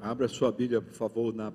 Abra sua Bíblia, por favor, na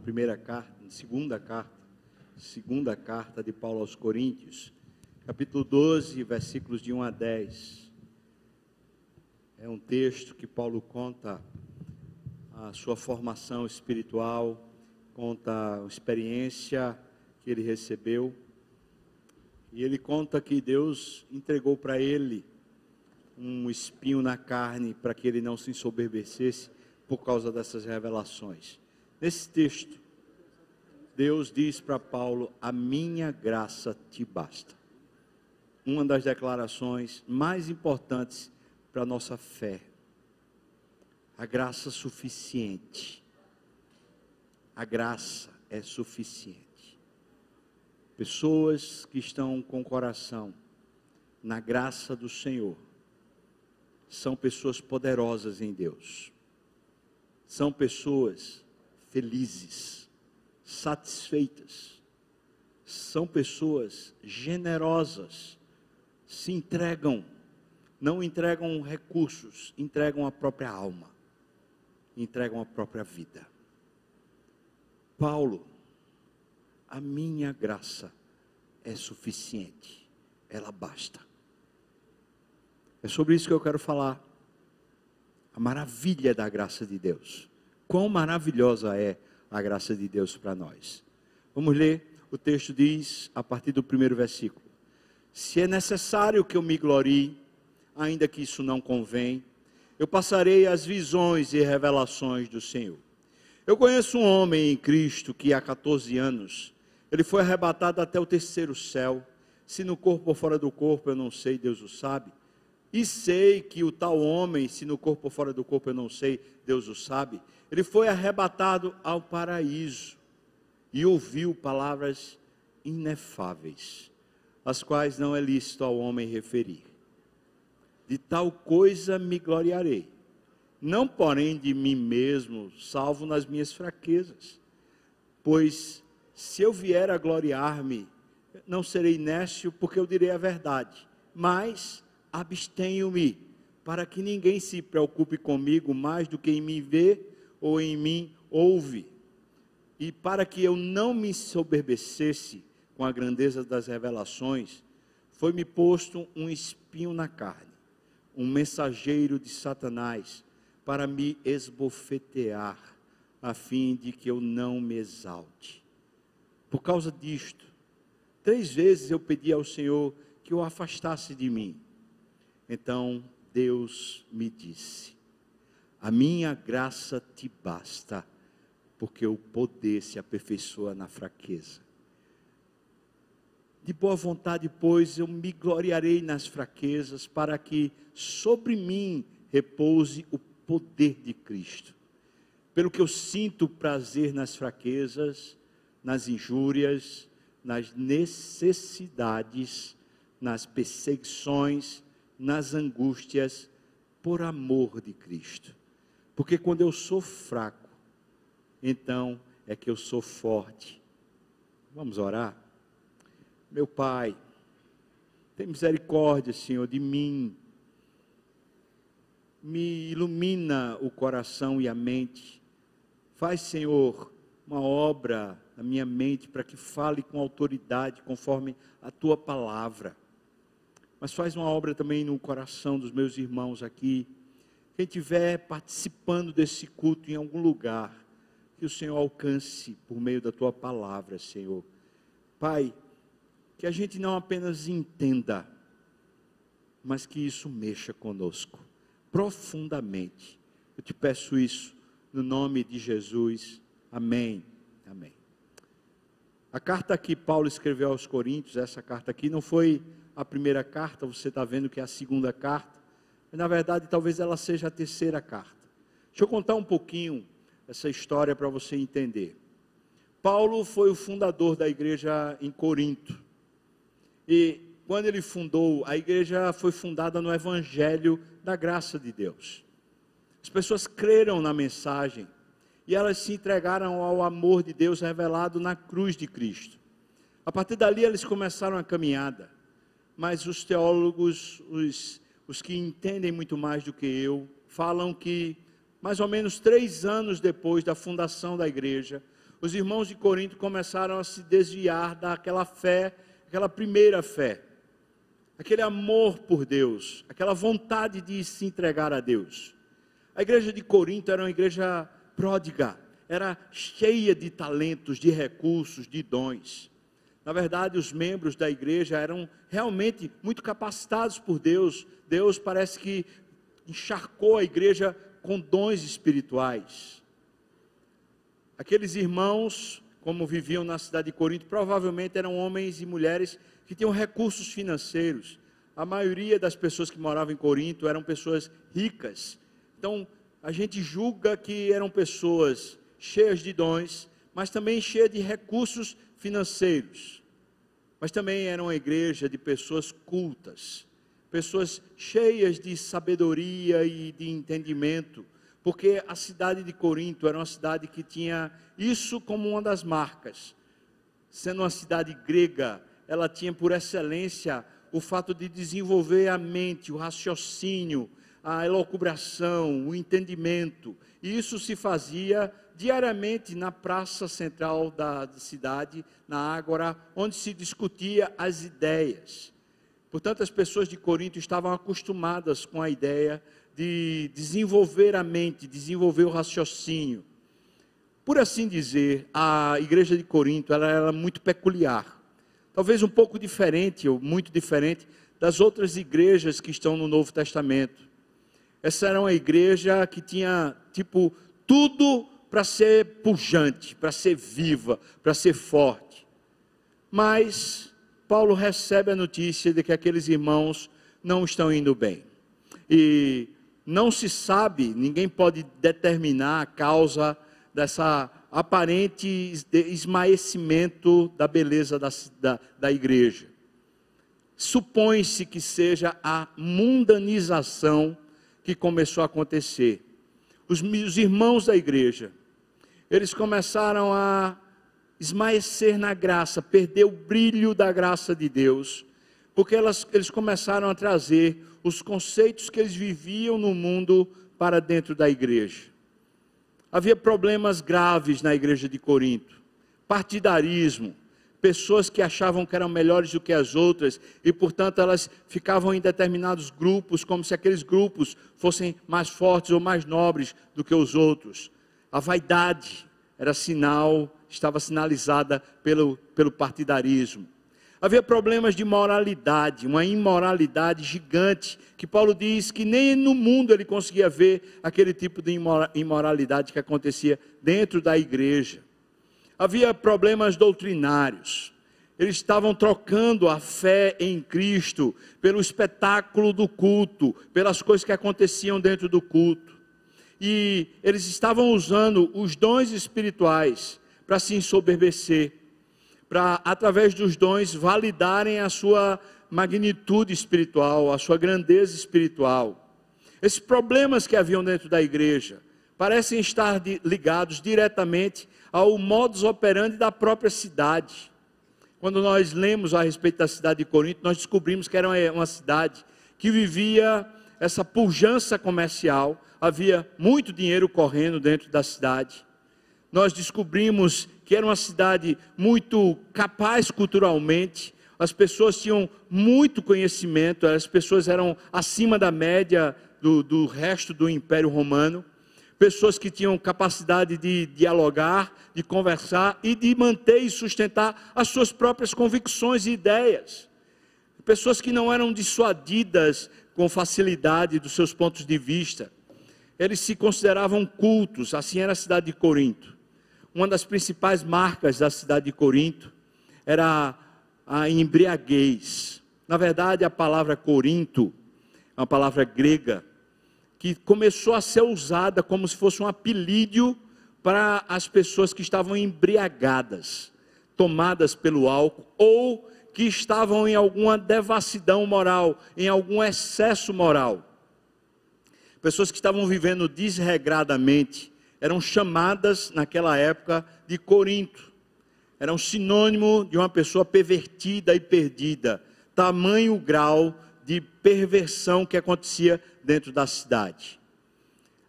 segunda carta de Paulo aos Coríntios, capítulo 12, versículos de 1 a 10. É um texto que Paulo conta a sua formação espiritual, conta a experiência que ele recebeu, e ele conta que Deus entregou para ele um espinho na carne, para que ele não se ensoberbecesse por causa dessas revelações. Nesse texto, Deus diz para Paulo: a minha graça te basta. Uma das declarações mais importantes para a nossa fé. A graça suficiente. A graça é suficiente. Pessoas que estão com o coração na graça do Senhor são pessoas poderosas em Deus. São pessoas felizes, satisfeitas. São pessoas generosas, se entregam, não entregam recursos, entregam a própria alma, entregam a própria vida. Paulo, a minha graça é suficiente, ela basta. É sobre isso que eu quero falar. A maravilha da graça de Deus. Quão maravilhosa é a graça de Deus para nós. Vamos ler, o texto diz, a partir do primeiro versículo: se é necessário que eu me glorie, ainda que isso não convém, eu passarei as visões e revelações do Senhor. Eu conheço um homem em Cristo que há 14 anos, ele foi arrebatado até o terceiro céu, se no corpo ou fora do corpo, eu não sei, Deus o sabe. E sei que o tal homem, se no corpo ou fora do corpo eu não sei, Deus o sabe, ele foi arrebatado ao paraíso e ouviu palavras inefáveis, as quais não é lícito ao homem referir. De tal coisa me gloriarei, não porém de mim mesmo, salvo nas minhas fraquezas. Pois se eu vier a gloriar-me, não serei nécio, porque eu direi a verdade, mas abstenho-me, para que ninguém se preocupe comigo mais do que em mim vê ou em mim ouve, e para que eu não me ensoberbecesse com a grandeza das revelações, foi-me posto um espinho na carne, um mensageiro de Satanás, para me esbofetear, a fim de que eu não me exalte. Por causa disto, 3 vezes eu pedi ao Senhor que o afastasse de mim. Então Deus me disse: a minha graça te basta, porque o poder se aperfeiçoa na fraqueza. De boa vontade, pois, eu me gloriarei nas fraquezas, para que sobre mim repouse o poder de Cristo. Pelo que eu sinto prazer nas fraquezas, nas injúrias, nas necessidades, nas perseguições, nas angústias, por amor de Cristo. Porque quando eu sou fraco, então é que eu sou forte. Vamos orar? Meu Pai, tem misericórdia, Senhor, de mim. Me ilumina o coração e a mente. Faz, Senhor, uma obra na minha mente, para que fale com autoridade, conforme a Tua palavra. Mas faz uma obra também no coração dos meus irmãos aqui. Quem estiver participando desse culto em algum lugar, que o Senhor alcance por meio da Tua palavra, Senhor. Pai, que a gente não apenas entenda, mas que isso mexa conosco, profundamente. Eu te peço isso, no nome de Jesus. Amém. Amém. A carta que Paulo escreveu aos Coríntios, essa carta aqui, não foi a primeira carta, você está vendo que é a segunda carta, mas na verdade talvez ela seja a terceira carta. Deixa eu contar um pouquinho essa história para você entender. Paulo foi o fundador da igreja em Corinto, e quando ele fundou, a igreja foi fundada no Evangelho da graça de Deus. As pessoas creram na mensagem, e elas se entregaram ao amor de Deus revelado na cruz de Cristo. A partir dali eles começaram a caminhada. Mas os teólogos, os que entendem muito mais do que eu, falam que mais ou menos 3 anos depois da fundação da igreja, os irmãos de Corinto começaram a se desviar daquela fé, aquela primeira fé, aquele amor por Deus, aquela vontade de se entregar a Deus. A igreja de Corinto era uma igreja pródiga, era cheia de talentos, de recursos, de dons. Na verdade, os membros da igreja eram realmente muito capacitados por Deus. Deus parece que encharcou a igreja com dons espirituais. Aqueles irmãos, como viviam na cidade de Corinto, provavelmente eram homens e mulheres que tinham recursos financeiros. A maioria das pessoas que moravam em Corinto eram pessoas ricas. Então, a gente julga que eram pessoas cheias de dons, mas também cheias de recursos financeiros. Mas também era uma igreja de pessoas cultas, pessoas cheias de sabedoria e de entendimento, porque a cidade de Corinto era uma cidade que tinha isso como uma das marcas. Sendo uma cidade grega, ela tinha por excelência o fato de desenvolver a mente, o raciocínio, a elucubração, o entendimento. E isso se fazia diariamente na praça central da cidade, na Ágora, onde se discutia as ideias. Portanto, as pessoas de Corinto estavam acostumadas com a ideia de desenvolver a mente, desenvolver o raciocínio. Por assim dizer, a igreja de Corinto ela era muito peculiar. Talvez um pouco diferente, ou muito diferente, das outras igrejas que estão no Novo Testamento. Essa era uma igreja que tinha, tudo para ser pujante, para ser viva, para ser forte. Mas Paulo recebe a notícia de que aqueles irmãos não estão indo bem. E não se sabe, ninguém pode determinar a causa dessa aparente esmaecimento da beleza da igreja. Supõe-se que seja a mundanização que começou a acontecer. Os irmãos da igreja, eles começaram a esmaecer na graça, perder o brilho da graça de Deus, porque eles começaram a trazer os conceitos que eles viviam no mundo para dentro da igreja. Havia problemas graves na igreja de Corinto, partidarismo, pessoas que achavam que eram melhores do que as outras e, portanto, elas ficavam em determinados grupos, como se aqueles grupos fossem mais fortes ou mais nobres do que os outros. A vaidade era estava sinalizada pelo partidarismo. Havia problemas de moralidade, uma imoralidade gigante, que Paulo diz que nem no mundo ele conseguia ver aquele tipo de imoralidade que acontecia dentro da igreja. Havia problemas doutrinários. Eles estavam trocando a fé em Cristo pelo espetáculo do culto, pelas coisas que aconteciam dentro do culto. E eles estavam usando os dons espirituais para se ensoberbecer, para, através dos dons, validarem a sua magnitude espiritual, a sua grandeza espiritual. Esses problemas que haviam dentro da igreja parecem estar ligados diretamente ao modus operandi da própria cidade. Quando nós lemos a respeito da cidade de Corinto, nós descobrimos que era uma cidade que vivia essa pujança comercial, havia muito dinheiro correndo dentro da cidade. Nós descobrimos que era uma cidade muito capaz culturalmente, as pessoas tinham muito conhecimento, as pessoas eram acima da média do resto do Império Romano, pessoas que tinham capacidade de dialogar, de conversar e de manter e sustentar as suas próprias convicções e ideias. Pessoas que não eram dissuadidas com facilidade dos seus pontos de vista. Eles se consideravam cultos, assim era a cidade de Corinto. Uma das principais marcas da cidade de Corinto era a embriaguez. Na verdade, a palavra Corinto é uma palavra grega que começou a ser usada como se fosse um apelídio para as pessoas que estavam embriagadas, tomadas pelo álcool, ou que estavam em alguma devassidão moral, em algum excesso moral. Pessoas que estavam vivendo desregradamente, eram chamadas naquela época de Corinto. Era um sinônimo de uma pessoa pervertida e perdida, tamanho grau de perversão que acontecia dentro da cidade.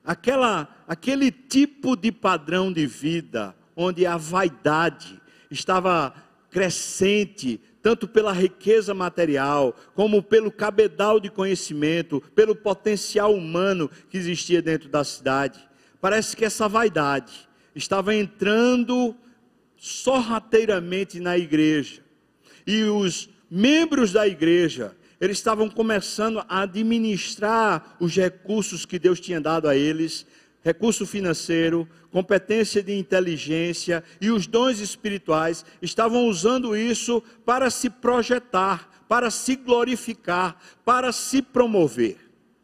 aquele tipo de padrão de vida, onde a vaidade estava crescente, tanto pela riqueza material, como pelo cabedal de conhecimento, pelo potencial humano que existia dentro da cidade. Parece que essa vaidade estava entrando sorrateiramente na igreja. E os membros da igreja, eles estavam começando a administrar os recursos que Deus tinha dado a eles, recurso financeiro, competência de inteligência e os dons espirituais, estavam usando isso para se projetar, para se glorificar, para se promover.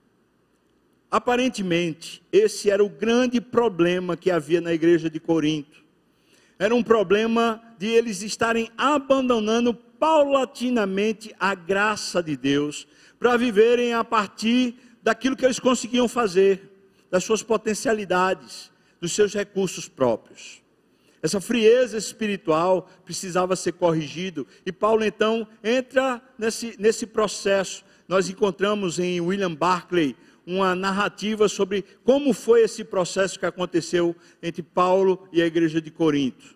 Aparentemente, esse era o grande problema que havia na igreja de Corinto. Era um problema de eles estarem abandonando paulatinamente a graça de Deus, para viverem a partir daquilo que eles conseguiam fazer, das suas potencialidades, dos seus recursos próprios. Essa frieza espiritual precisava ser corrigido, e Paulo então entra nesse processo. Nós encontramos em William Barclay uma narrativa sobre como foi esse processo que aconteceu entre Paulo e a igreja de Corinto.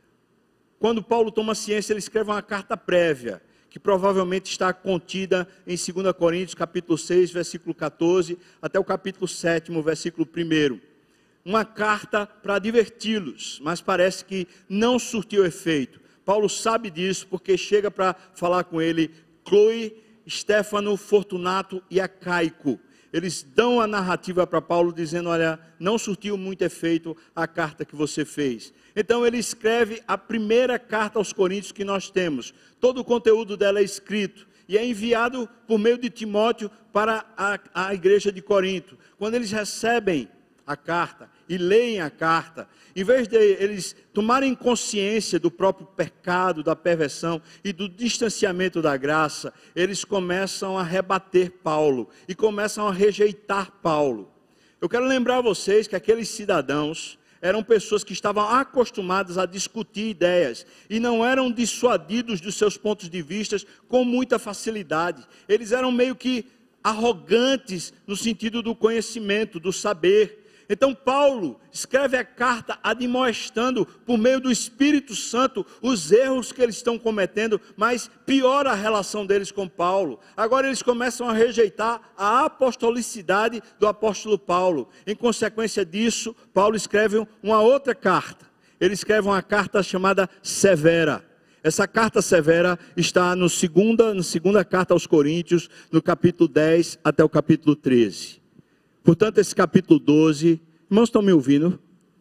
Quando Paulo toma ciência, ele escreve uma carta prévia, que provavelmente está contida em 2 Coríntios, capítulo 6, versículo 14, até o capítulo 7, versículo 1. Uma carta para adverti-los, mas parece que não surtiu efeito. Paulo sabe disso, porque chega para falar com ele, Chloe, Stefano, Fortunato e Acaico. Eles dão a narrativa para Paulo, dizendo, olha, não surtiu muito efeito a carta que você fez. Então ele escreve a primeira carta aos Coríntios que nós temos. Todo o conteúdo dela é escrito e é enviado por meio de Timóteo para a igreja de Corinto. Quando eles recebem a carta e leem a carta, em vez de eles tomarem consciência do próprio pecado, da perversão e do distanciamento da graça, eles começam a rebater Paulo e começam a rejeitar Paulo. Eu quero lembrar a vocês que aqueles cidadãos eram pessoas que estavam acostumadas a discutir ideias e não eram dissuadidos dos seus pontos de vista com muita facilidade. Eles eram meio que arrogantes no sentido do conhecimento, do saber. Então Paulo escreve a carta admoestando por meio do Espírito Santo os erros que eles estão cometendo, mas piora a relação deles com Paulo. Agora eles começam a rejeitar a apostolicidade do apóstolo Paulo. Em consequência disso, Paulo escreve uma outra carta. Ele escreve uma carta chamada Severa. Essa carta severa está na segunda carta aos Coríntios, no capítulo 10 até o capítulo 13. Portanto, esse capítulo 12, irmãos, estão me ouvindo?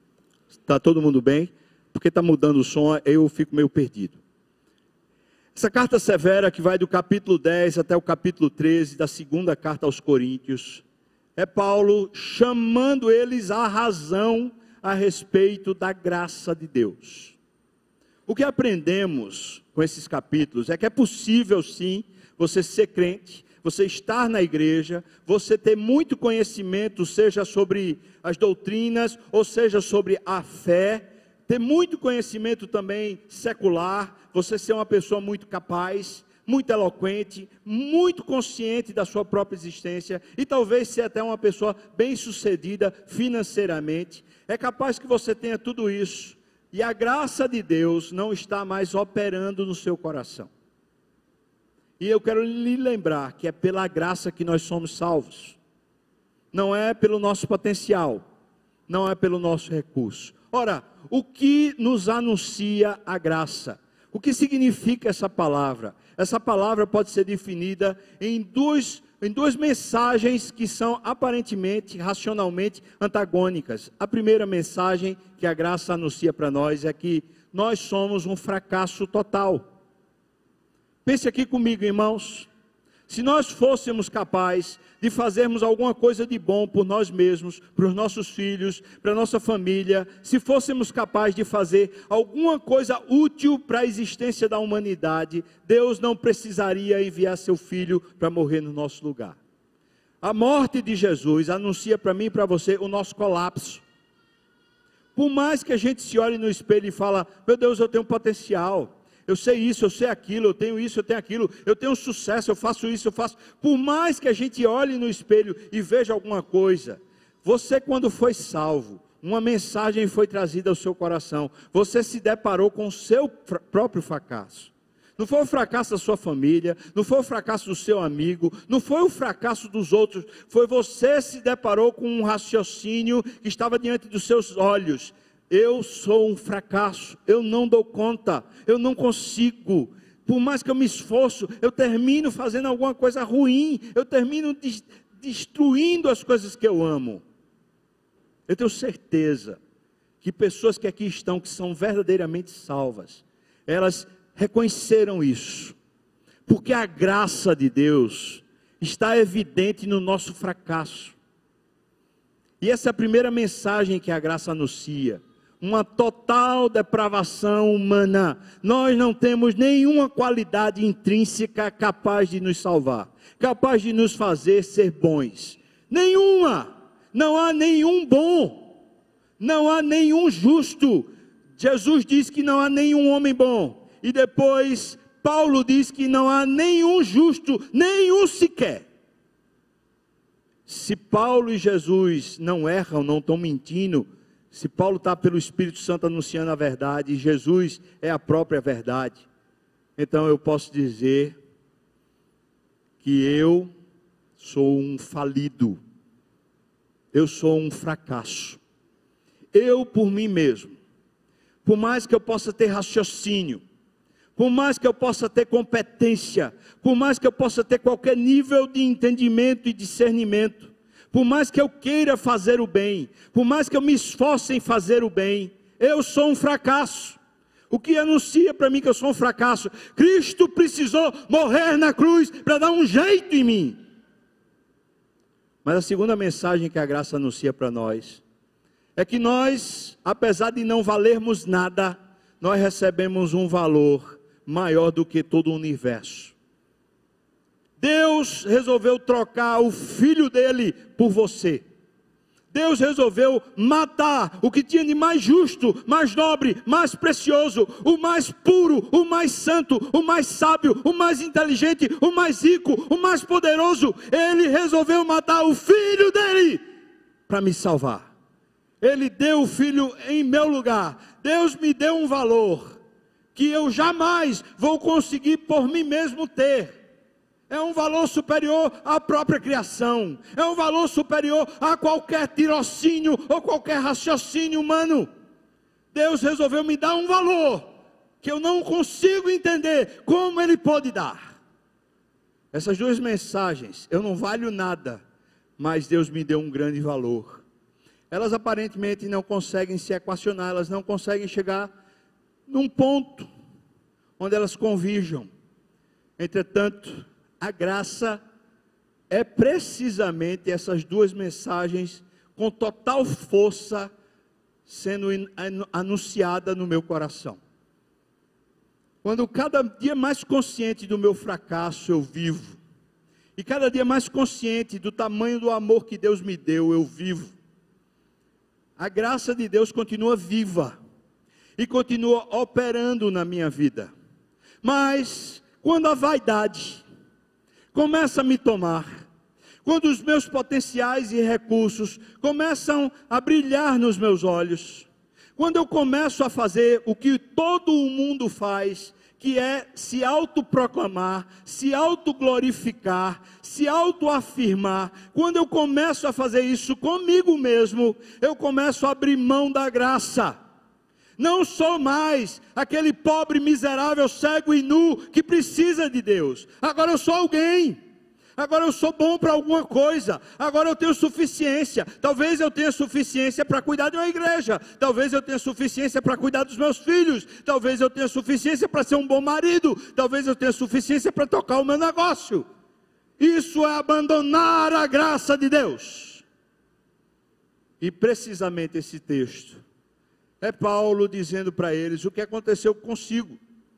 Está todo mundo bem? Porque está mudando o som, eu fico meio perdido. Essa carta severa, que vai do capítulo 10 até o capítulo 13, da segunda carta aos Coríntios, é Paulo chamando eles à razão a respeito da graça de Deus. O que aprendemos com esses capítulos é que é possível sim, você ser crente, você estar na igreja, você ter muito conhecimento, seja sobre as doutrinas, ou seja sobre a fé, ter muito conhecimento também secular, você ser uma pessoa muito capaz, muito eloquente, muito consciente da sua própria existência, e talvez ser até uma pessoa bem-sucedida financeiramente. É capaz que você tenha tudo isso, e a graça de Deus não está mais operando no seu coração. E eu quero lhe lembrar que é pela graça que nós somos salvos. Não é pelo nosso potencial, não é pelo nosso recurso. Ora, o que nos anuncia a graça? O que significa essa palavra? Essa palavra pode ser definida em duas mensagens que são aparentemente, racionalmente antagônicas. A primeira mensagem que a graça anuncia para nós é que nós somos um fracasso total. Pense aqui comigo, irmãos. Se nós fôssemos capazes de fazermos alguma coisa de bom por nós mesmos, para os nossos filhos, para a nossa família, se fôssemos capazes de fazer alguma coisa útil para a existência da humanidade, Deus não precisaria enviar seu Filho para morrer no nosso lugar. A morte de Jesus anuncia para mim e para você o nosso colapso. Por mais que a gente se olhe no espelho e fala, meu Deus, eu tenho potencial, eu sei isso, eu sei aquilo, eu tenho isso, eu tenho aquilo, eu tenho sucesso, eu faço isso, eu faço. Por mais que a gente olhe no espelho e veja alguma coisa, Você, quando foi salvo, uma mensagem foi trazida ao seu coração, você se deparou com o seu próprio fracasso. Não foi o fracasso da sua família, não foi o fracasso do seu amigo, não foi o fracasso dos outros, foi você se deparou com um raciocínio que estava diante dos seus olhos. Eu sou um fracasso, eu não dou conta, eu não consigo. Por mais que eu me esforço, eu termino fazendo alguma coisa ruim, eu termino destruindo as coisas que eu amo. Eu tenho certeza que pessoas que aqui estão, que são verdadeiramente salvas, elas reconheceram isso, porque a graça de Deus está evidente no nosso fracasso. E essa é a primeira mensagem que a graça anuncia: uma total depravação humana. Nós não temos nenhuma qualidade intrínseca capaz de nos salvar, capaz de nos fazer ser bons. Nenhuma. Não há nenhum bom, não há nenhum justo. Jesus diz que não há nenhum homem bom. E depois Paulo diz que não há nenhum justo, nenhum sequer. Se Paulo e Jesus não erram, não estão mentindo, se Paulo está pelo Espírito Santo anunciando a verdade, e Jesus é a própria verdade, então eu posso dizer que eu sou um falido, eu sou um fracasso. Eu por mim mesmo, por mais que eu possa ter raciocínio, por mais que eu possa ter competência, por mais que eu possa ter qualquer nível de entendimento e discernimento, por mais que eu queira fazer o bem, por mais que eu me esforce em fazer o bem, eu sou um fracasso. O que anuncia para mim que eu sou um fracasso? Cristo precisou morrer na cruz para dar um jeito em mim. Mas a segunda mensagem que a graça anuncia para nós é que nós, apesar de não valermos nada, nós recebemos um valor maior do que todo o universo. Deus resolveu trocar o filho dele por você. Deus resolveu matar o que tinha de mais justo, mais nobre, mais precioso, o mais puro, o mais santo, o mais sábio, o mais inteligente, o mais rico, o mais poderoso. Ele resolveu matar o filho dele para me salvar. Ele deu o filho em meu lugar. Deus me deu um valor que eu jamais vou conseguir por mim mesmo ter. É um valor superior à própria criação. É um valor superior a qualquer tirocínio ou qualquer raciocínio humano. Deus resolveu me dar um valor que eu não consigo entender como Ele pode dar. Essas duas mensagens, eu não valho nada, mas Deus me deu um grande valor. Elas aparentemente não conseguem se equacionar, elas não conseguem chegar num ponto onde elas convirjam. Entretanto, a graça é precisamente essas duas mensagens com total força sendo anunciada no meu coração. Quando cada dia mais consciente do meu fracasso eu vivo, e cada dia mais consciente do tamanho do amor que Deus me deu, eu vivo. A graça de Deus continua viva e continua operando na minha vida. Mas quando a vaidade começa a me tomar, quando os meus potenciais e recursos começam a brilhar nos meus olhos, quando eu começo a fazer o que todo o mundo faz, que é se autoproclamar, se autoglorificar, se autoafirmar, quando eu começo a fazer isso comigo mesmo, eu começo a abrir mão da graça. Não sou mais aquele pobre, miserável, cego e nu que precisa de Deus. Agora eu sou alguém. Agora eu sou bom para alguma coisa. Agora eu tenho suficiência. Talvez eu tenha suficiência para cuidar de uma igreja. Talvez eu tenha suficiência para cuidar dos meus filhos. Talvez eu tenha suficiência para ser um bom marido. Talvez eu tenha suficiência para tocar o meu negócio. Isso é abandonar a graça de Deus. E precisamente esse texto é Paulo dizendo para eles o que aconteceu consigo.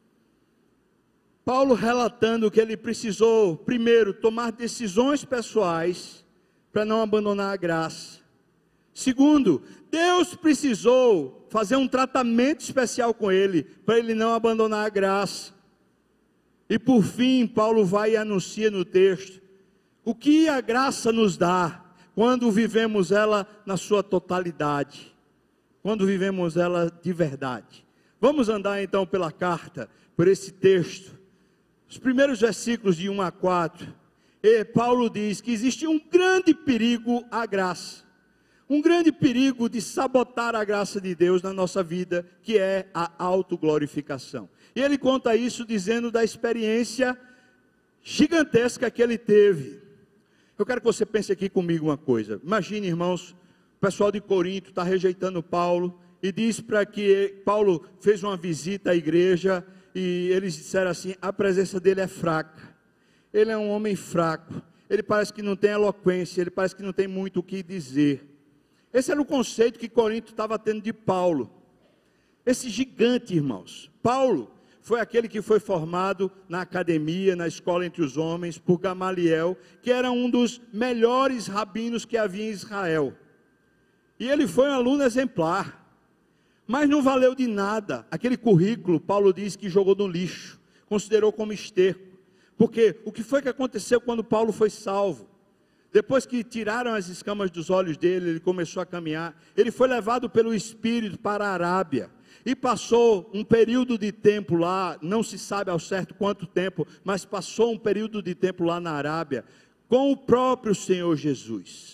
Paulo relatando que ele precisou, primeiro, tomar decisões pessoais para não abandonar a graça. Segundo, Deus precisou fazer um tratamento especial com ele, para ele não abandonar a graça. E por fim, Paulo vai e anuncia no texto o que a graça nos dá, quando vivemos ela na sua totalidade, quando vivemos ela de verdade. Vamos andar então pela carta, por esse texto. Os primeiros versículos de 1 a 4, Paulo diz que existe um grande perigo à graça, um grande perigo de sabotar a graça de Deus na nossa vida, que é a autoglorificação. E ele conta isso dizendo da experiência gigantesca que ele teve. Eu quero que você pense aqui comigo uma coisa. Imagine, irmãos, o pessoal de Corinto está rejeitando Paulo, e diz para que Paulo fez uma visita à igreja, e eles disseram assim: a presença dele é fraca, ele é um homem fraco, ele parece que não tem eloquência, ele parece que não tem muito o que dizer. Esse era o conceito que Corinto estava tendo de Paulo, esse gigante, irmãos. Paulo foi aquele que foi formado na academia, na escola entre os homens, por Gamaliel, que era um dos melhores rabinos que havia em Israel, e ele foi um aluno exemplar. Mas não valeu de nada, aquele currículo, Paulo diz que jogou no lixo, considerou como esterco, porque o que foi que aconteceu quando Paulo foi salvo? Depois que tiraram as escamas dos olhos dele, ele começou a caminhar, ele foi levado pelo Espírito para a Arábia, e passou um período de tempo lá, não se sabe ao certo quanto tempo, mas passou um período de tempo lá na Arábia, com o próprio Senhor Jesus.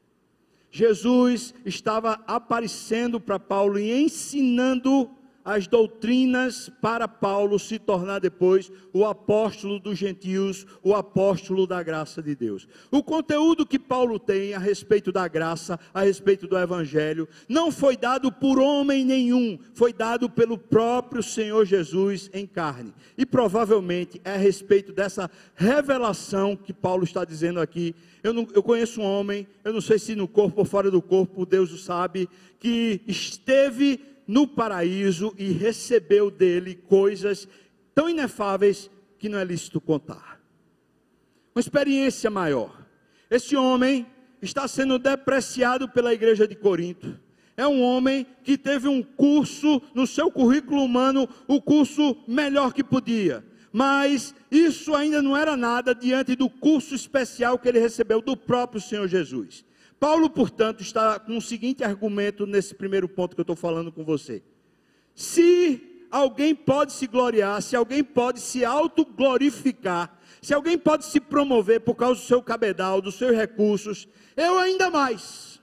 Jesus estava aparecendo para Paulo e ensinando as doutrinas para Paulo se tornar depois o apóstolo dos gentios, o apóstolo da graça de Deus. O conteúdo que Paulo tem a respeito da graça, a respeito do evangelho, não foi dado por homem nenhum, foi dado pelo próprio Senhor Jesus em carne. E provavelmente é a respeito dessa revelação que Paulo está dizendo aqui. Eu conheço um homem, eu não sei se no corpo ou fora do corpo, Deus o sabe, que esteve no paraíso e recebeu dele coisas tão inefáveis que não é lícito contar. Uma experiência maior. Esse homem está sendo depreciado pela igreja de Corinto. É um homem que teve um curso no seu currículo humano, o curso melhor que podia. Mas isso ainda não era nada diante do curso especial que ele recebeu do próprio Senhor Jesus. Paulo, portanto, está com o seguinte argumento nesse primeiro ponto que eu estou falando com você. Se alguém pode se gloriar, se alguém pode se autoglorificar, se alguém pode se promover por causa do seu cabedal, dos seus recursos, eu ainda mais.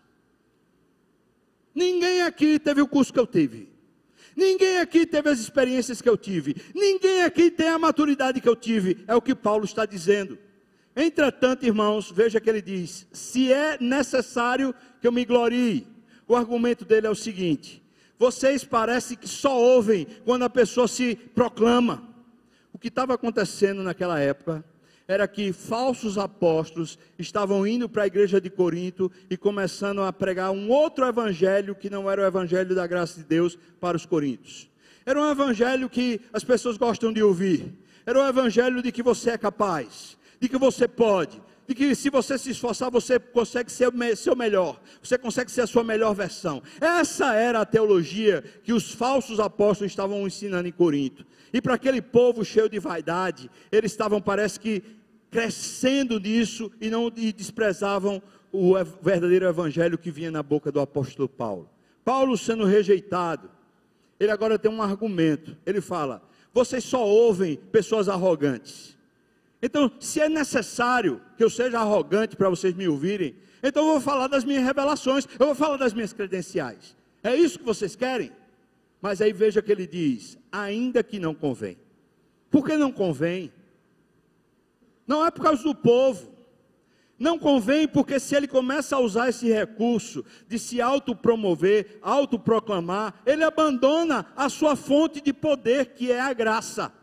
Ninguém aqui teve o curso que eu tive. Ninguém aqui teve as experiências que eu tive. Ninguém aqui tem a maturidade que eu tive. É o que Paulo está dizendo. Entretanto, irmãos, veja que ele diz: se é necessário que eu me glorie. O argumento dele é o seguinte: vocês parecem que só ouvem quando a pessoa se proclama. O que estava acontecendo naquela época era que falsos apóstolos estavam indo para a igreja de Corinto e começando a pregar um outro evangelho que não era o evangelho da graça de Deus para os coríntios. Era um evangelho que as pessoas gostam de ouvir. Era um evangelho de que você é capaz, de que você pode, de que se você se esforçar, você consegue ser o seu melhor, você consegue ser a sua melhor versão. Essa era a teologia que os falsos apóstolos estavam ensinando em Corinto. E para aquele povo cheio de vaidade, eles estavam, parece que, crescendo nisso e desprezavam o verdadeiro evangelho que vinha na boca do apóstolo Paulo. Paulo sendo rejeitado, ele agora tem um argumento. Ele fala: vocês só ouvem pessoas arrogantes. Então, se é necessário que eu seja arrogante para vocês me ouvirem, então eu vou falar das minhas revelações, eu vou falar das minhas credenciais. É isso que vocês querem? Mas aí veja que ele diz: ainda que não convém. Por que não convém? Não é por causa do povo. Não convém porque se ele começa a usar esse recurso de se autopromover, autoproclamar, ele abandona a sua fonte de poder, que é a graça.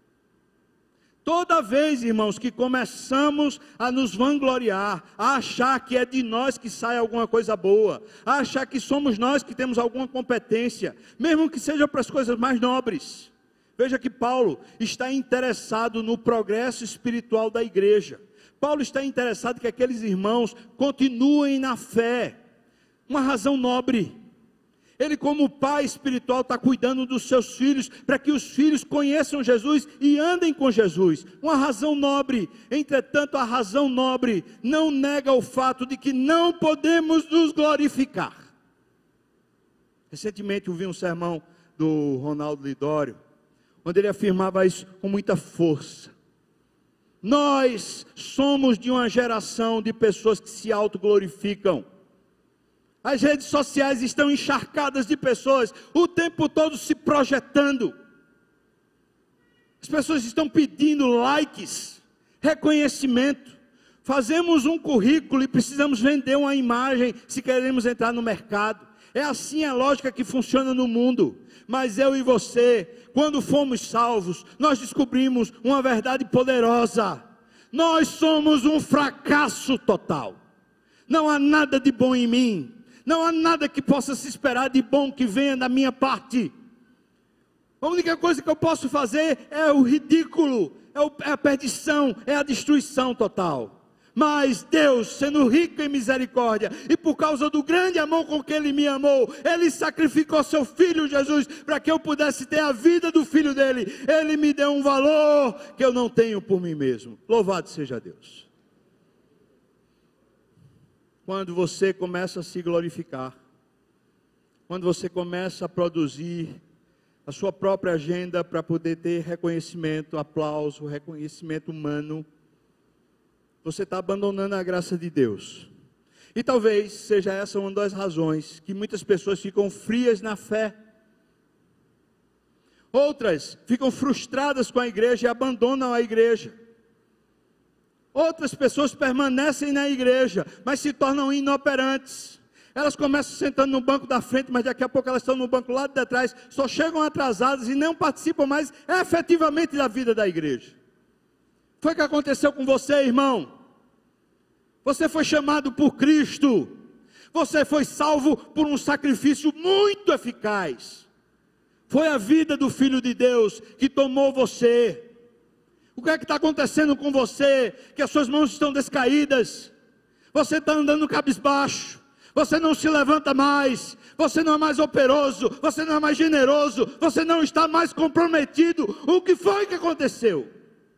Toda vez, irmãos, que começamos a nos vangloriar, a achar que é de nós que sai alguma coisa boa, a achar que somos nós que temos alguma competência, mesmo que seja para as coisas mais nobres. Veja que Paulo está interessado no progresso espiritual da igreja. Paulo está interessado que aqueles irmãos continuem na fé. Uma razão nobre. Ele, como pai espiritual, está cuidando dos seus filhos, para que os filhos conheçam Jesus e andem com Jesus. Uma razão nobre. Entretanto, a razão nobre não nega o fato de que não podemos nos glorificar. Recentemente eu vi um sermão do Ronaldo Lidório, onde ele afirmava isso com muita força. Nós somos de uma geração de pessoas que se autoglorificam. As redes sociais estão encharcadas de pessoas o tempo todo se projetando. As pessoas estão pedindo likes, reconhecimento. Fazemos um currículo e precisamos vender uma imagem se queremos entrar no mercado. É assim a lógica que funciona no mundo. Mas eu e você, quando fomos salvos, nós descobrimos uma verdade poderosa. Nós somos um fracasso total. Não há nada de bom em mim. Não há nada que possa se esperar de bom que venha da minha parte. A única coisa que eu posso fazer é o ridículo, é a perdição, é a destruição total. Mas Deus, sendo rico em misericórdia, e por causa do grande amor com que Ele me amou, Ele sacrificou seu Filho Jesus, para que eu pudesse ter a vida do Filho dEle. Ele me deu um valor que eu não tenho por mim mesmo. Louvado seja Deus. Quando você começa a se glorificar, quando você começa a produzir a sua própria agenda para poder ter reconhecimento, aplauso, reconhecimento humano, você está abandonando a graça de Deus. E talvez seja essa uma das razões que muitas pessoas ficam frias na fé. Outras ficam frustradas com a igreja e abandonam a igreja. Outras pessoas permanecem na igreja, mas se tornam inoperantes. Elas começam sentando no banco da frente, mas daqui a pouco elas estão no banco lá de trás, só chegam atrasadas e não participam mais efetivamente da vida da igreja. Foi o que aconteceu com você, irmão. Você foi chamado por Cristo. Você foi salvo por um sacrifício muito eficaz. Foi a vida do Filho de Deus que tomou você. O que é que está acontecendo com você? Que as suas mãos estão descaídas. Você está andando cabisbaixo. Você não se levanta mais. Você não é mais operoso. Você não é mais generoso. Você não está mais comprometido. O que foi que aconteceu?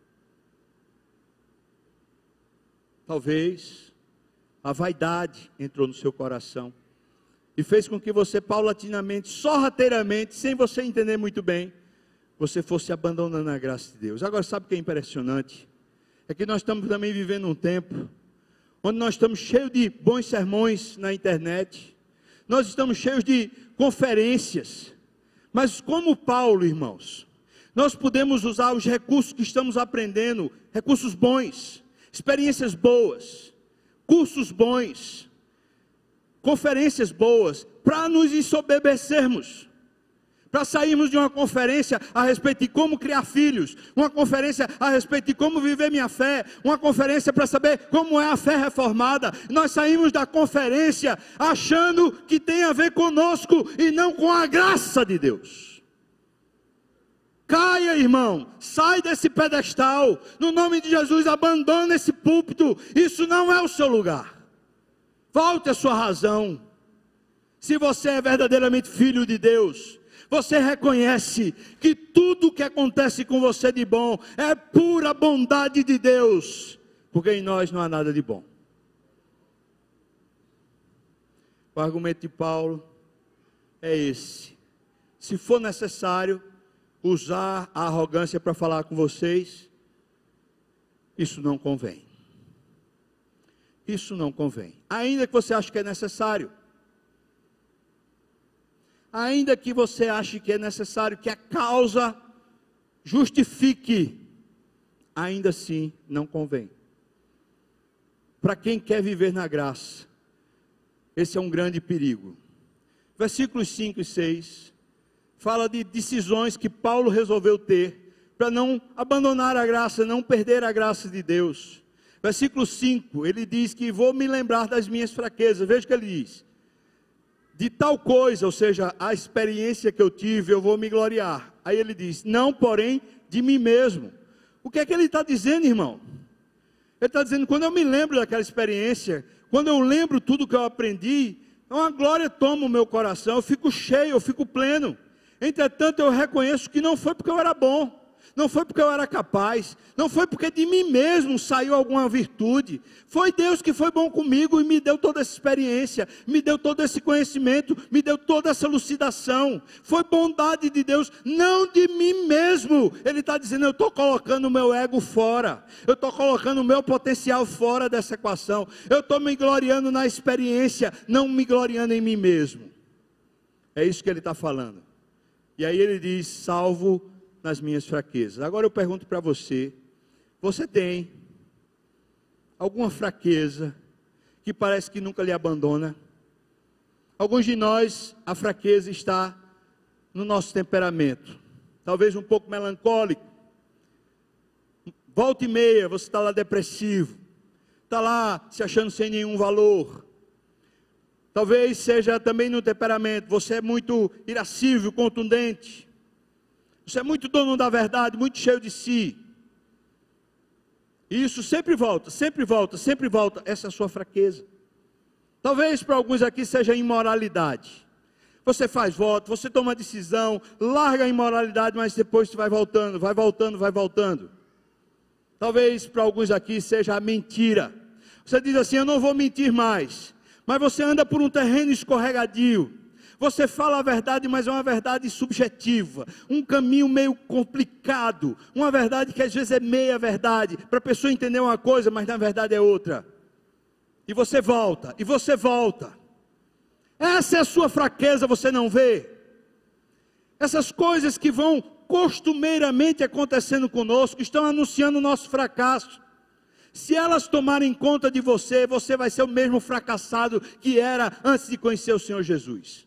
Talvez a vaidade entrou no seu coração e fez com que você paulatinamente, sorrateiramente, sem você entender muito bem, você fosse abandonando a graça de Deus. Agora, sabe o que é impressionante? É que nós estamos também vivendo um tempo onde nós estamos cheios de bons sermões na internet, nós estamos cheios de conferências, mas como Paulo, irmãos, nós podemos usar os recursos que estamos aprendendo, recursos bons, experiências boas, cursos bons, conferências boas, para nos ensoberbecermos, para sairmos de uma conferência a respeito de como criar filhos, uma conferência a respeito de como viver minha fé, uma conferência para saber como é a fé reformada. Nós saímos da conferência achando que tem a ver conosco e não com a graça de Deus. Caia, irmão, sai desse pedestal, no nome de Jesus, abandona esse púlpito, isso não é o seu lugar. Volte à sua razão. Se você é verdadeiramente filho de Deus, você reconhece que tudo que acontece com você de bom é pura bondade de Deus, porque em nós não há nada de bom. O argumento de Paulo é esse: se for necessário usar a arrogância para falar com vocês, isso não convém. Isso não convém. Ainda que você ache que é necessário. Ainda que você ache que é necessário que a causa justifique, ainda assim não convém. Para quem quer viver na graça, esse é um grande perigo. Versículos 5 e 6 fala de decisões que Paulo resolveu ter para não abandonar a graça, não perder a graça de Deus. Versículo 5, ele diz que vou me lembrar das minhas fraquezas. Veja o que ele diz: de tal coisa, ou seja, a experiência que eu tive, eu vou me gloriar. Aí ele diz, não porém de mim mesmo. O que é que ele está dizendo, irmão? Ele está dizendo, quando eu me lembro daquela experiência, quando eu lembro tudo que eu aprendi, uma glória toma o meu coração, eu fico cheio, eu fico pleno. Entretanto, eu reconheço que não foi porque eu era bom, não foi porque eu era capaz, não foi porque de mim mesmo saiu alguma virtude. Foi Deus que foi bom comigo e me deu toda essa experiência, me deu todo esse conhecimento, me deu toda essa lucidação. Foi bondade de Deus, não de mim mesmo. Ele está dizendo, eu estou colocando o meu ego fora, eu estou colocando o meu potencial fora dessa equação, eu estou me gloriando na experiência, não me gloriando em mim mesmo. É isso que ele está falando. E aí ele diz, salvo nas minhas fraquezas. Agora eu pergunto para você, você tem alguma fraqueza que parece que nunca lhe abandona? Alguns de nós, a fraqueza está no nosso temperamento, talvez um pouco melancólico. Volta e meia, você está lá depressivo, está lá se achando sem nenhum valor. Talvez seja também no temperamento, você é muito irascível, contundente. Você é muito dono da verdade, muito cheio de si. E isso sempre volta, sempre volta, sempre volta. Essa é a sua fraqueza. Talvez para alguns aqui seja imoralidade. Você faz voto, você toma decisão, larga a imoralidade, mas depois vai voltando, vai voltando, vai voltando. Talvez para alguns aqui seja a mentira. Você diz assim, eu não vou mentir mais. Mas você anda por um terreno escorregadio. Você fala a verdade, mas é uma verdade subjetiva, um caminho meio complicado, uma verdade que às vezes é meia verdade, para a pessoa entender uma coisa, mas na verdade é outra. E você volta, e você volta. Essa é a sua fraqueza, você não vê? Essas coisas que vão costumeiramente acontecendo conosco, estão anunciando o nosso fracasso. Se elas tomarem conta de você, você vai ser o mesmo fracassado que era antes de conhecer o Senhor Jesus.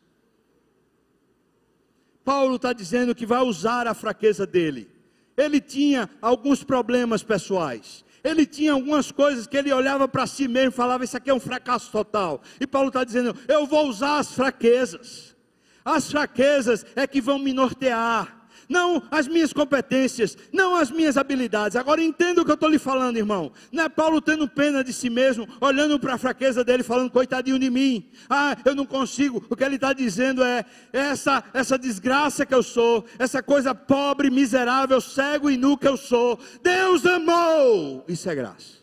Paulo está dizendo que vai usar a fraqueza dele. Ele tinha alguns problemas pessoais. Ele tinha algumas coisas que ele olhava para si mesmo e falava, isso aqui é um fracasso total. E Paulo está dizendo, eu vou usar as fraquezas. As fraquezas é que vão me nortear. Não as minhas competências, não as minhas habilidades. Agora entenda o que eu estou lhe falando, irmão. Não é Paulo tendo pena de si mesmo, olhando para a fraqueza dele, falando, coitadinho de mim. Ah, eu não consigo. O que ele está dizendo é, essa desgraça que eu sou, essa coisa pobre, miserável, cego e nu que eu sou, Deus amou. Isso é graça.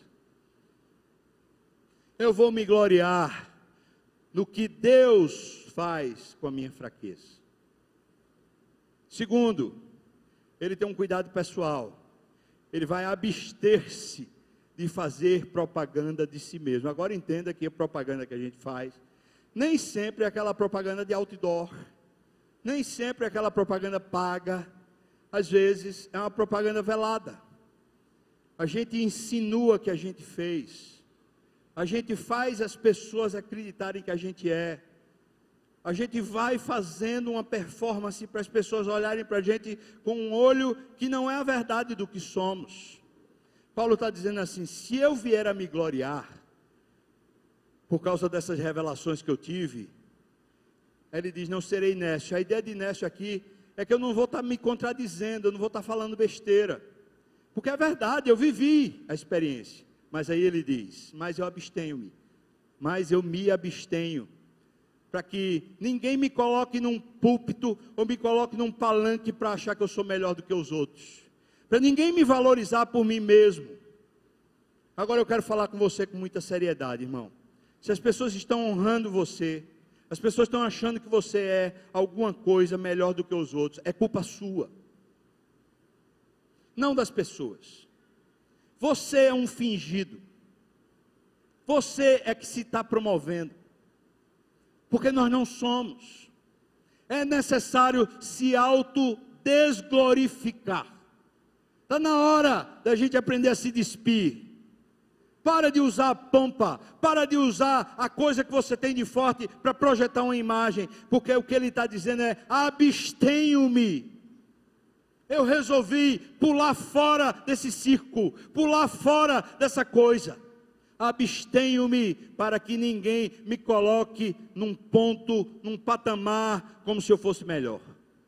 Eu vou me gloriar no que Deus faz com a minha fraqueza. Segundo, ele tem um cuidado pessoal. Ele vai abster-se de fazer propaganda de si mesmo. Agora entenda que a propaganda que a gente faz, nem sempre é aquela propaganda de outdoor, nem sempre é aquela propaganda paga. Às vezes é uma propaganda velada. A gente insinua que a gente fez. A gente faz as pessoas acreditarem que a gente é. A gente vai fazendo uma performance para as pessoas olharem para a gente com um olho que não é a verdade do que somos. Paulo está dizendo assim, se eu vier a me gloriar, por causa dessas revelações que eu tive, ele diz, não serei nécio. A ideia de nécio aqui é que eu não vou estar me contradizendo, eu não vou estar falando besteira. Porque é verdade, eu vivi a experiência. Mas aí ele diz, mas eu abstenho-me, mas eu me abstenho, para que ninguém me coloque num púlpito, ou me coloque num palanque para achar que eu sou melhor do que os outros, para ninguém me valorizar por mim mesmo. Agora eu quero falar com você com muita seriedade, irmão. Se as pessoas estão honrando você, as pessoas estão achando que você é alguma coisa melhor do que os outros, é culpa sua, não das pessoas. Você é um fingido, você é que se está promovendo, porque nós não somos. É necessário se autodesglorificar. Está na hora da gente aprender a se despir. Para de usar a pompa, para de usar a coisa que você tem de forte para projetar uma imagem, porque o que ele está dizendo é, abstenho-me. Eu resolvi pular fora desse circo, pular fora dessa coisa. Abstenho-me para que ninguém me coloque num ponto, num patamar, como se eu fosse melhor.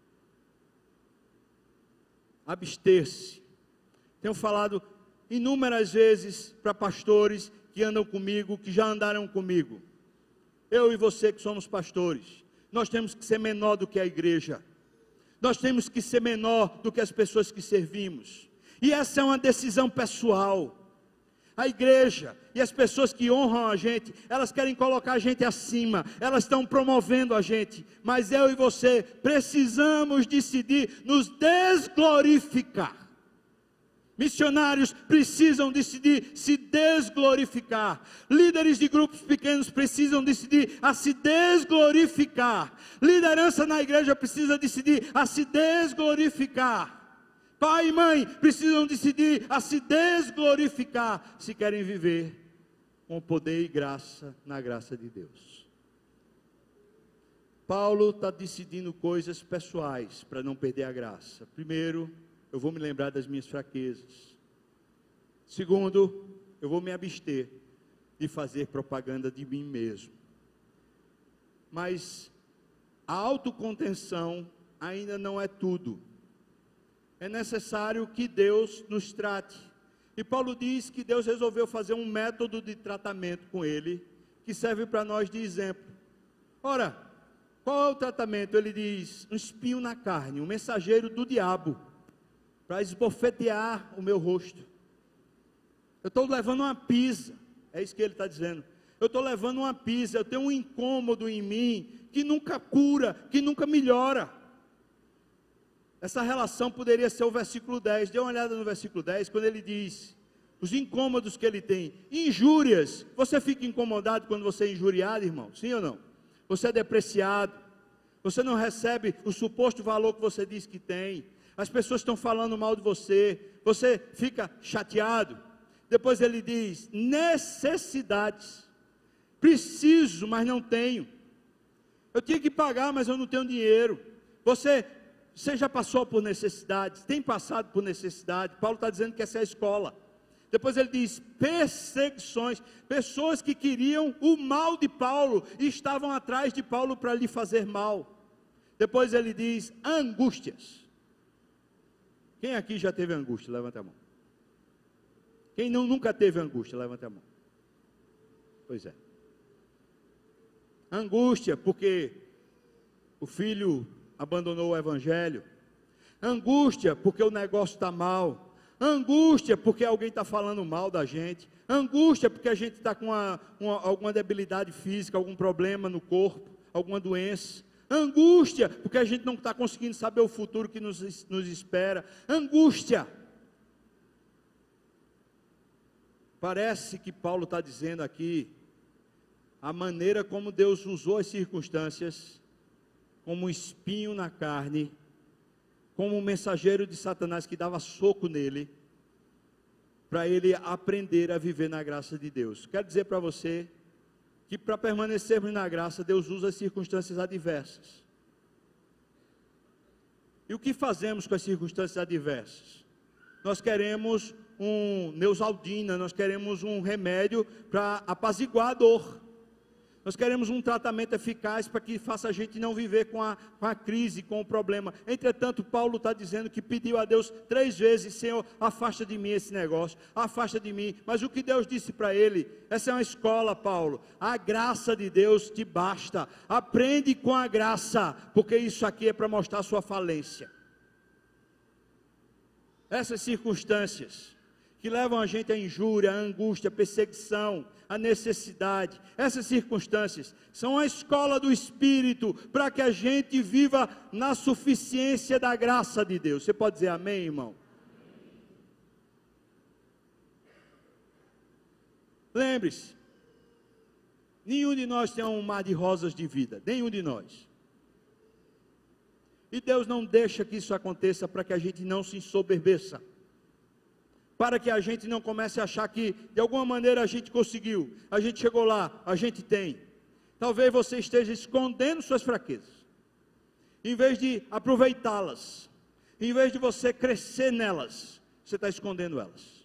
Abster-se. Tenho falado inúmeras vezes para pastores que andam comigo, que já andaram comigo. eu e você que somos pastores, nós temos que ser menor do que a igreja. Nós temos que ser menor do que as pessoas que servimos. E essa é uma decisão pessoal. A igreja e as pessoas que honram a gente, elas querem colocar a gente acima, elas estão promovendo a gente, mas eu e você precisamos decidir nos desglorificar. Missionários precisam decidir se desglorificar. Líderes de grupos pequenos precisam decidir a se desglorificar. Liderança na igreja precisa decidir a se desglorificar. Pai e mãe precisam decidir a se desglorificar se querem viver com poder e graça na graça de Deus. Paulo está decidindo coisas pessoais para não perder a graça. Primeiro, eu vou me lembrar das minhas fraquezas. Segundo, eu vou me abster de fazer propaganda de mim mesmo. Mas a autocontenção ainda não é tudo. É necessário que Deus nos trate. E Paulo diz que Deus resolveu fazer um método de tratamento com ele, que serve para nós de exemplo. Ora, qual é o tratamento? Ele diz, um espinho na carne, um mensageiro do diabo, para esbofetear o meu rosto. Eu estou levando uma pisa, é isso que ele está dizendo. Eu estou levando uma pisa, eu tenho um incômodo em mim, que nunca cura, que nunca melhora. Essa relação poderia ser o versículo 10, dê uma olhada no versículo 10, quando ele diz, os incômodos que ele tem, injúrias, você fica incomodado quando você é injuriado, irmão, sim ou não? Você é depreciado, você não recebe o suposto valor que você diz que tem, as pessoas estão falando mal de você, você fica chateado. Depois ele diz, necessidades, preciso, mas não tenho, eu tinha que pagar, mas eu não tenho dinheiro. Você já passou por necessidades, tem passado por necessidade. Paulo está dizendo que essa é a escola. Depois ele diz, perseguições, pessoas que queriam o mal de Paulo, e estavam atrás de Paulo para lhe fazer mal. Depois ele diz, angústias. Quem aqui já teve angústia? Levanta a mão. Quem nunca teve angústia? Levanta a mão. Pois é. Angústia, porque o filho abandonou o evangelho. Angústia, porque o negócio está mal. Angústia, porque alguém está falando mal da gente. Angústia, porque a gente está com alguma debilidade física, algum problema no corpo, alguma doença. Angústia, porque a gente não está conseguindo saber o futuro que nos espera. Angústia. Parece que Paulo está dizendo aqui, a maneira como Deus usou as circunstâncias, como um espinho na carne, como um mensageiro de Satanás que dava soco nele, para ele aprender a viver na graça de Deus. Quero dizer para você, que para permanecermos na graça, Deus usa as circunstâncias adversas. E o que fazemos com as circunstâncias adversas? Nós queremos um Neosaldina, nós queremos um remédio para apaziguar a dor. Nós queremos um tratamento eficaz para que faça a gente não viver com a crise, com o problema. Entretanto, Paulo está dizendo que pediu a Deus 3 vezes, Senhor, afasta de mim esse negócio, afasta de mim. Mas o que Deus disse para ele? Essa é uma escola, Paulo. A graça de Deus te basta. Aprende com a graça, porque isso aqui é para mostrar a sua falência. Essas circunstâncias que levam a gente à injúria, à angústia, à perseguição, à necessidade, essas circunstâncias são a escola do Espírito, para que a gente viva na suficiência da graça de Deus. Você pode dizer amém, irmão? Lembre-se, nenhum de nós tem um mar de rosas de vida, nenhum de nós. E Deus não deixa que isso aconteça para que a gente não se ensoberbeça, para que a gente não comece a achar que de alguma maneira a gente conseguiu, a gente chegou lá, a gente tem. Talvez você esteja escondendo suas fraquezas, em vez de aproveitá-las, em vez de você crescer nelas, você está escondendo elas.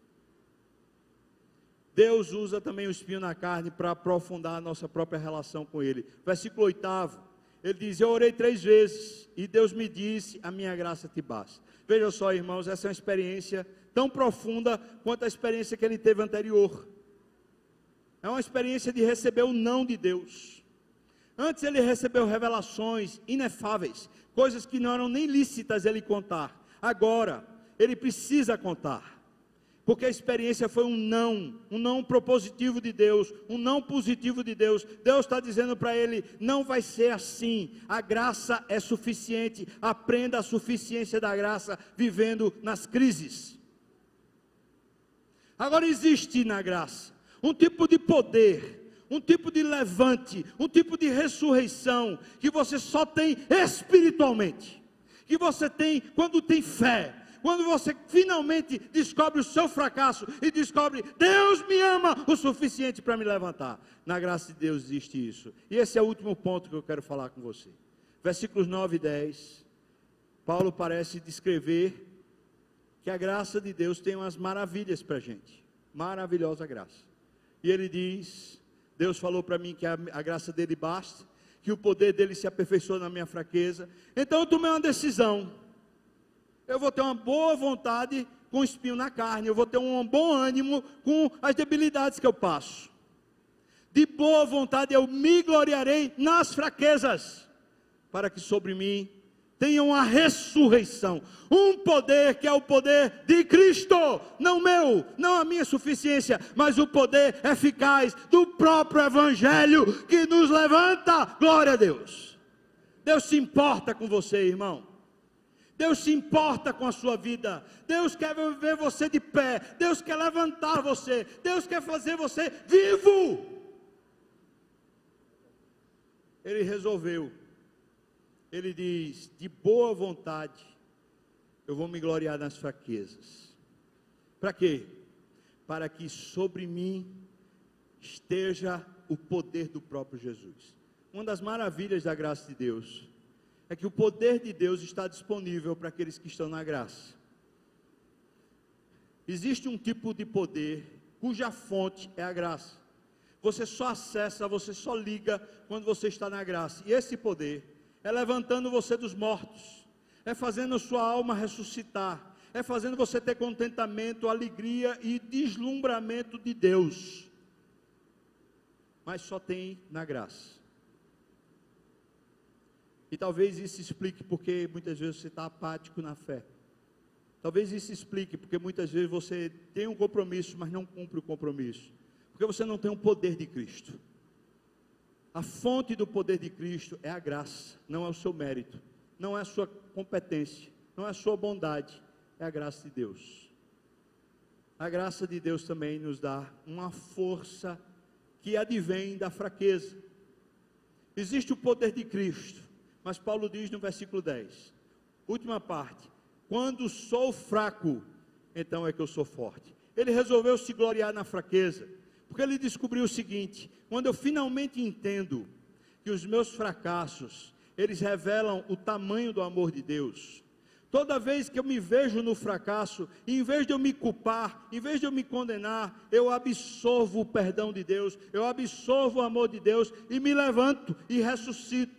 Deus usa também o espinho na carne para aprofundar a nossa própria relação com Ele. Versículo 8, ele diz, eu orei 3 vezes, e Deus me disse, a minha graça te basta. Veja só, irmãos, essa é uma experiência tão profunda quanto a experiência que ele teve anterior. É uma experiência de receber o não de Deus. Antes ele recebeu revelações inefáveis, coisas que não eram nem lícitas ele contar. Agora, ele precisa contar. Porque a experiência foi um não propositivo de Deus, um não positivo de Deus. Deus está dizendo para ele, não vai ser assim, a graça é suficiente, aprenda a suficiência da graça, vivendo nas crises. Agora existe na graça, um tipo de poder, um tipo de levante, um tipo de ressurreição, que você só tem espiritualmente, que você tem quando tem fé. Quando você finalmente descobre o seu fracasso e descobre, Deus me ama o suficiente para me levantar. Na graça de Deus existe isso. E esse é o último ponto que eu quero falar com você. Versículos 9 e 10. Paulo parece descrever que a graça de Deus tem umas maravilhas para a gente. Maravilhosa graça. E ele diz, Deus falou para mim que a graça dele basta, que o poder dele se aperfeiçoa na minha fraqueza. Então eu tomei uma decisão. Eu vou ter uma boa vontade com espinho na carne, eu vou ter um bom ânimo com as debilidades que eu passo. De boa vontade eu me gloriarei nas fraquezas, para que sobre mim tenham a ressurreição, um poder que é o poder de Cristo, não meu, não a minha suficiência, mas o poder eficaz do próprio Evangelho, que nos levanta, glória a Deus. Deus se importa com você, irmão. Deus se importa com a sua vida. Deus quer ver você de pé. Deus quer levantar você. Deus quer fazer você vivo. Ele resolveu. Ele diz, de boa vontade, eu vou me gloriar nas fraquezas. Para quê? Para que sobre mim esteja o poder do próprio Jesus. Uma das maravilhas da graça de Deus é que o poder de Deus está disponível para aqueles que estão na graça. Existe um tipo de poder cuja fonte é a graça. Você só acessa, você só liga quando você está na graça. E esse poder é levantando você dos mortos, é fazendo a sua alma ressuscitar, é fazendo você ter contentamento, alegria e deslumbramento de Deus. Mas só tem na graça. E talvez isso explique porque muitas vezes você está apático na fé. Talvez isso explique porque muitas vezes você tem um compromisso, mas não cumpre o compromisso. Porque você não tem o poder de Cristo. A fonte do poder de Cristo é a graça, não é o seu mérito, não é a sua competência, não é a sua bondade, é a graça de Deus. A graça de Deus também nos dá uma força que advém da fraqueza. Existe o poder de Cristo. Mas Paulo diz no versículo 10, última parte, quando sou fraco, então é que eu sou forte. Ele resolveu se gloriar na fraqueza, porque ele descobriu o seguinte, quando eu finalmente entendo que os meus fracassos, eles revelam o tamanho do amor de Deus, toda vez que eu me vejo no fracasso, em vez de eu me culpar, em vez de eu me condenar, eu absorvo o perdão de Deus, eu absorvo o amor de Deus, e me levanto e ressuscito.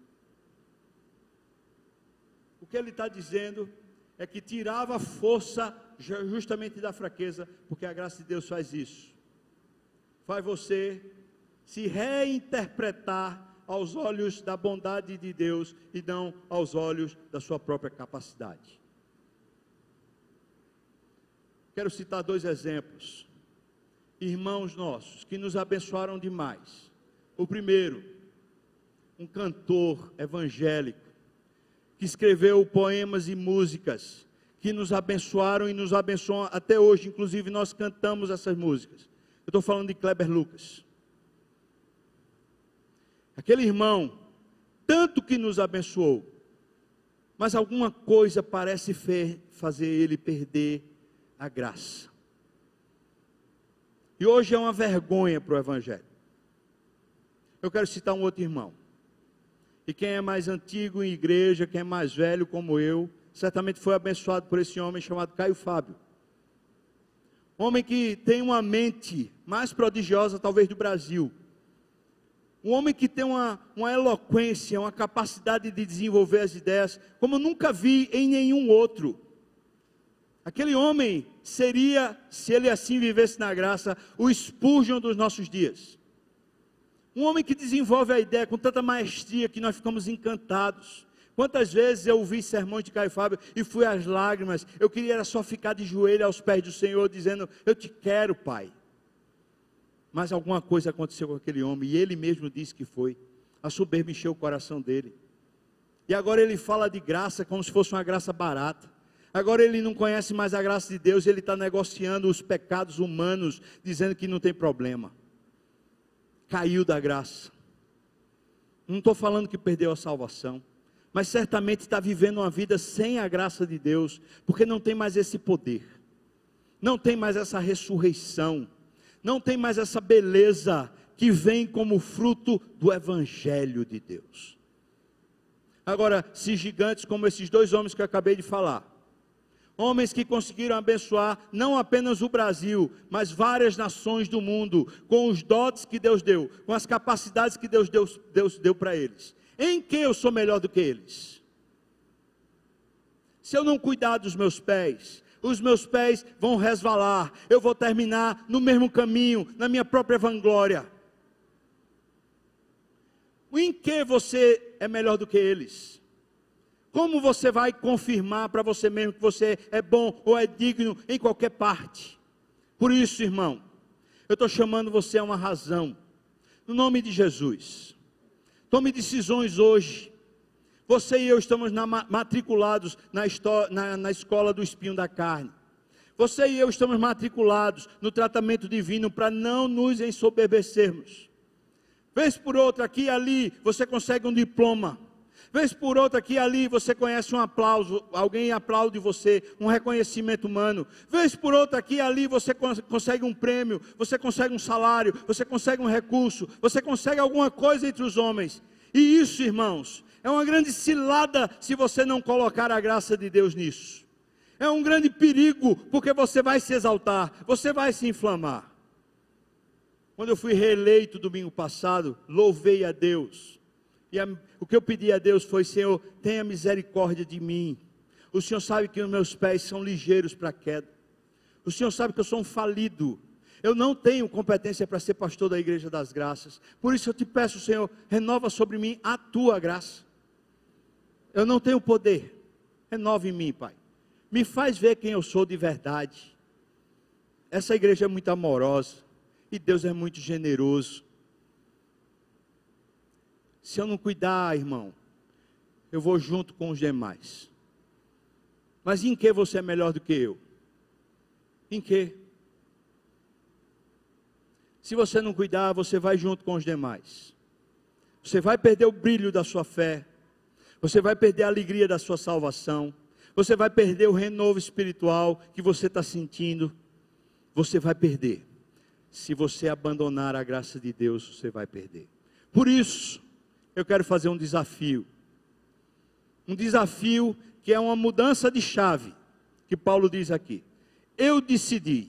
O que ele está dizendo é que tirava a força justamente da fraqueza, porque a graça de Deus faz isso. Faz você se reinterpretar aos olhos da bondade de Deus e não aos olhos da sua própria capacidade. Quero citar 2 exemplos. Irmãos nossos que nos abençoaram demais. O primeiro, um cantor evangélico que escreveu poemas e músicas que nos abençoaram e nos abençoam até hoje. Inclusive nós cantamos essas músicas. Eu estou falando de Kleber Lucas. Aquele irmão, tanto que nos abençoou, mas alguma coisa parece fazer ele perder a graça. E hoje é uma vergonha para o Evangelho. Eu quero citar um outro irmão. E quem é mais antigo em igreja, quem é mais velho como eu, certamente foi abençoado por esse homem chamado Caio Fábio. Homem que tem uma mente mais prodigiosa talvez do Brasil. Um homem que tem uma eloquência, uma capacidade de desenvolver as ideias, como eu nunca vi em nenhum outro. Aquele homem seria, se ele assim vivesse na graça, o Spurgeon dos nossos dias. Um homem que desenvolve a ideia com tanta maestria que nós ficamos encantados. Quantas vezes eu ouvi sermões de Caio Fábio e fui às lágrimas, eu queria era só ficar de joelho aos pés do Senhor, dizendo, eu te quero, Pai. Mas alguma coisa aconteceu com aquele homem, e ele mesmo disse que foi. A soberba encheu o coração dele. E agora ele fala de graça como se fosse uma graça barata. Agora ele não conhece mais a graça de Deus, ele está negociando os pecados humanos, dizendo que não tem problema. Caiu da graça. Não estou falando que perdeu a salvação, mas certamente está vivendo uma vida sem a graça de Deus, porque não tem mais esse poder, não tem mais essa ressurreição, não tem mais essa beleza que vem como fruto do Evangelho de Deus. Agora, se gigantes como esses dois homens que eu acabei de falar, homens que conseguiram abençoar não apenas o Brasil, mas várias nações do mundo, com os dotes que Deus deu, com as capacidades que Deus deu para eles. Em que eu sou melhor do que eles? Se eu não cuidar dos meus pés, os meus pés vão resvalar, eu vou terminar no mesmo caminho, na minha própria vanglória. Em que você é melhor do que eles? Como você vai confirmar para você mesmo que você é bom ou é digno em qualquer parte? Por isso, irmão, eu estou chamando você a uma razão, no nome de Jesus. Tome decisões hoje. Você e eu estamos matriculados na escola do espinho da carne. Você e eu estamos matriculados no tratamento divino para não nos ensoberbecermos. Vez por outra, aqui e ali, você consegue um diploma. Vez por outra, aqui e ali, você conhece um aplauso, alguém aplaude você, um reconhecimento humano. Vez por outra, aqui e ali, você consegue um prêmio, você consegue um salário, você consegue um recurso, você consegue alguma coisa entre os homens. E isso, irmãos, é uma grande cilada se você não colocar a graça de Deus nisso. É um grande perigo, porque você vai se exaltar, você vai se inflamar. Quando eu fui reeleito domingo passado, louvei a Deus. E o que eu pedi a Deus foi, Senhor, tenha misericórdia de mim. O Senhor sabe que os meus pés são ligeiros para a queda. O Senhor sabe que eu sou um falido. Eu não tenho competência para ser pastor da Igreja das Graças. Por isso eu te peço, Senhor, renova sobre mim a tua graça. Eu não tenho poder. Renova em mim, Pai. Me faz ver quem eu sou de verdade. Essa igreja é muito amorosa. E Deus é muito generoso. Se eu não cuidar, irmão, eu vou junto com os demais. Mas em que você é melhor do que eu? Em que? Se você não cuidar, você vai junto com os demais. Você vai perder o brilho da sua fé. Você vai perder a alegria da sua salvação. Você vai perder o renovo espiritual que você está sentindo. Você vai perder. Se você abandonar a graça de Deus, você vai perder. Por isso, eu quero fazer um desafio. Um desafio que é uma mudança de chave, que Paulo diz aqui. Eu decidi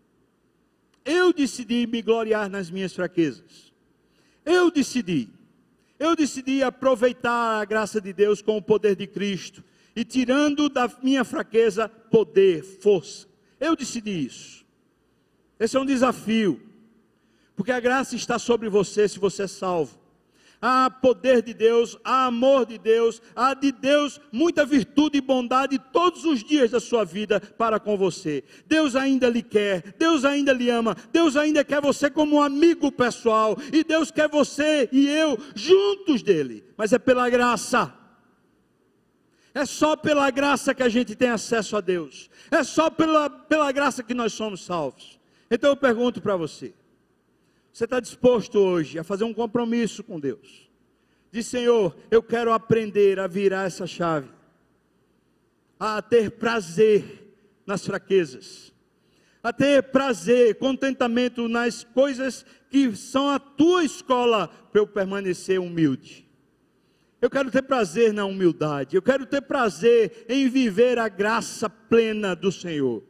me gloriar nas minhas fraquezas. Eu decidi aproveitar a graça de Deus com o poder de Cristo, e tirando da minha fraqueza, poder, força. Eu decidi isso. Esse é um desafio, porque a graça está sobre você se você é salvo. Há poder de Deus, há amor de Deus, há de Deus muita virtude e bondade todos os dias da sua vida para com você. Deus ainda lhe quer, Deus ainda lhe ama, Deus ainda quer você como um amigo pessoal, e Deus quer você e eu juntos dele, mas é pela graça. É só pela graça que a gente tem acesso a Deus, é só pela graça que nós somos salvos. Então eu pergunto para você, você está disposto hoje a fazer um compromisso com Deus? Diz, Senhor, eu quero aprender a virar essa chave, a ter prazer nas fraquezas, a ter prazer, contentamento nas coisas que são a tua escola, para eu permanecer humilde. Eu quero ter prazer na humildade, eu quero ter prazer em viver a graça plena do Senhor.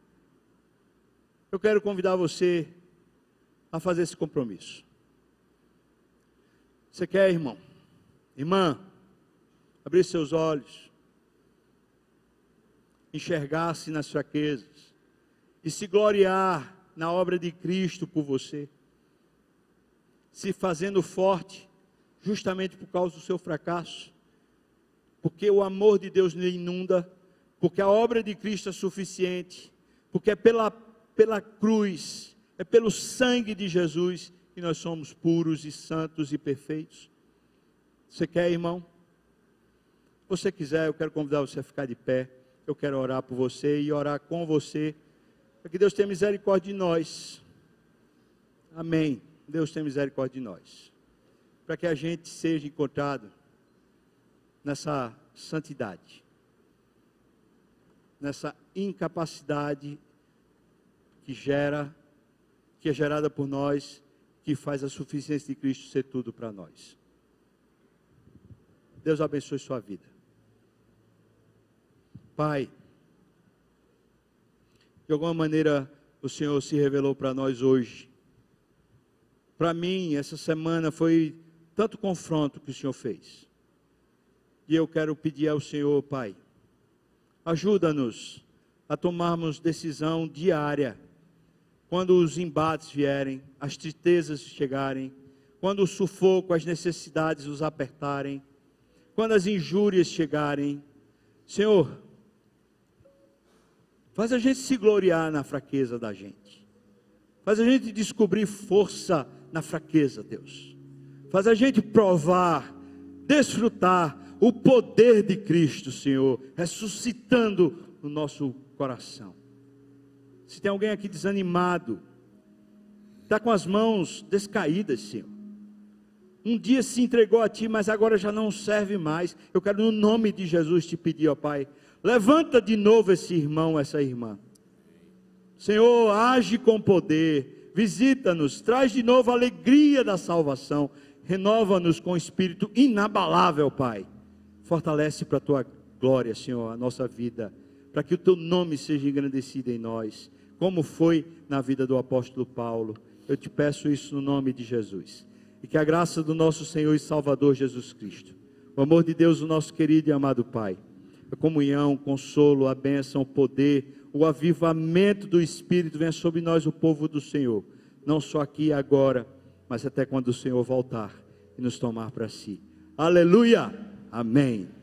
Eu quero convidar você a fazer esse compromisso. Você quer, irmão? Irmã, abrir seus olhos, enxergar-se nas fraquezas, e se gloriar na obra de Cristo por você, se fazendo forte, justamente por causa do seu fracasso, porque o amor de Deus lhe inunda, porque a obra de Cristo é suficiente, porque é pela cruz, é pelo sangue de Jesus que nós somos puros e santos e perfeitos. Você quer, irmão? Se você quiser, eu quero convidar você a ficar de pé. Eu quero orar por você e orar com você, para que Deus tenha misericórdia de nós. Amém. Deus tenha misericórdia de nós, para que a gente seja encontrado nessa santidade, nessa incapacidade que é gerada por nós, que faz a suficiência de Cristo ser tudo para nós. Deus abençoe sua vida. Pai, de alguma maneira o Senhor se revelou para nós hoje. Para mim, essa semana foi tanto confronto que o Senhor fez. E eu quero pedir ao Senhor, Pai, ajuda-nos a tomarmos decisão diária, quando os embates vierem, as tristezas chegarem, quando o sufoco, as necessidades os apertarem, quando as injúrias chegarem. Senhor, faz a gente se gloriar na fraqueza da gente, faz a gente descobrir força na fraqueza, Deus, faz a gente provar, desfrutar o poder de Cristo, Senhor, ressuscitando no nosso coração. Se tem alguém aqui desanimado, está com as mãos descaídas, Senhor, um dia se entregou a Ti, mas agora já não serve mais, eu quero no nome de Jesus te pedir, ó Pai, levanta de novo esse irmão, essa irmã. Senhor, age com poder, visita-nos, traz de novo a alegria da salvação, renova-nos com o espírito inabalável, Pai. Fortalece para a Tua glória, Senhor, a nossa vida, para que o Teu nome seja engrandecido em nós, como foi na vida do apóstolo Paulo. Eu te peço isso no nome de Jesus. E que a graça do nosso Senhor e Salvador Jesus Cristo, o amor de Deus, o nosso querido e amado Pai, a comunhão, o consolo, a bênção, o poder, o avivamento do Espírito venha sobre nós, o povo do Senhor, não só aqui e agora, mas até quando o Senhor voltar e nos tomar para si. Aleluia! Amém.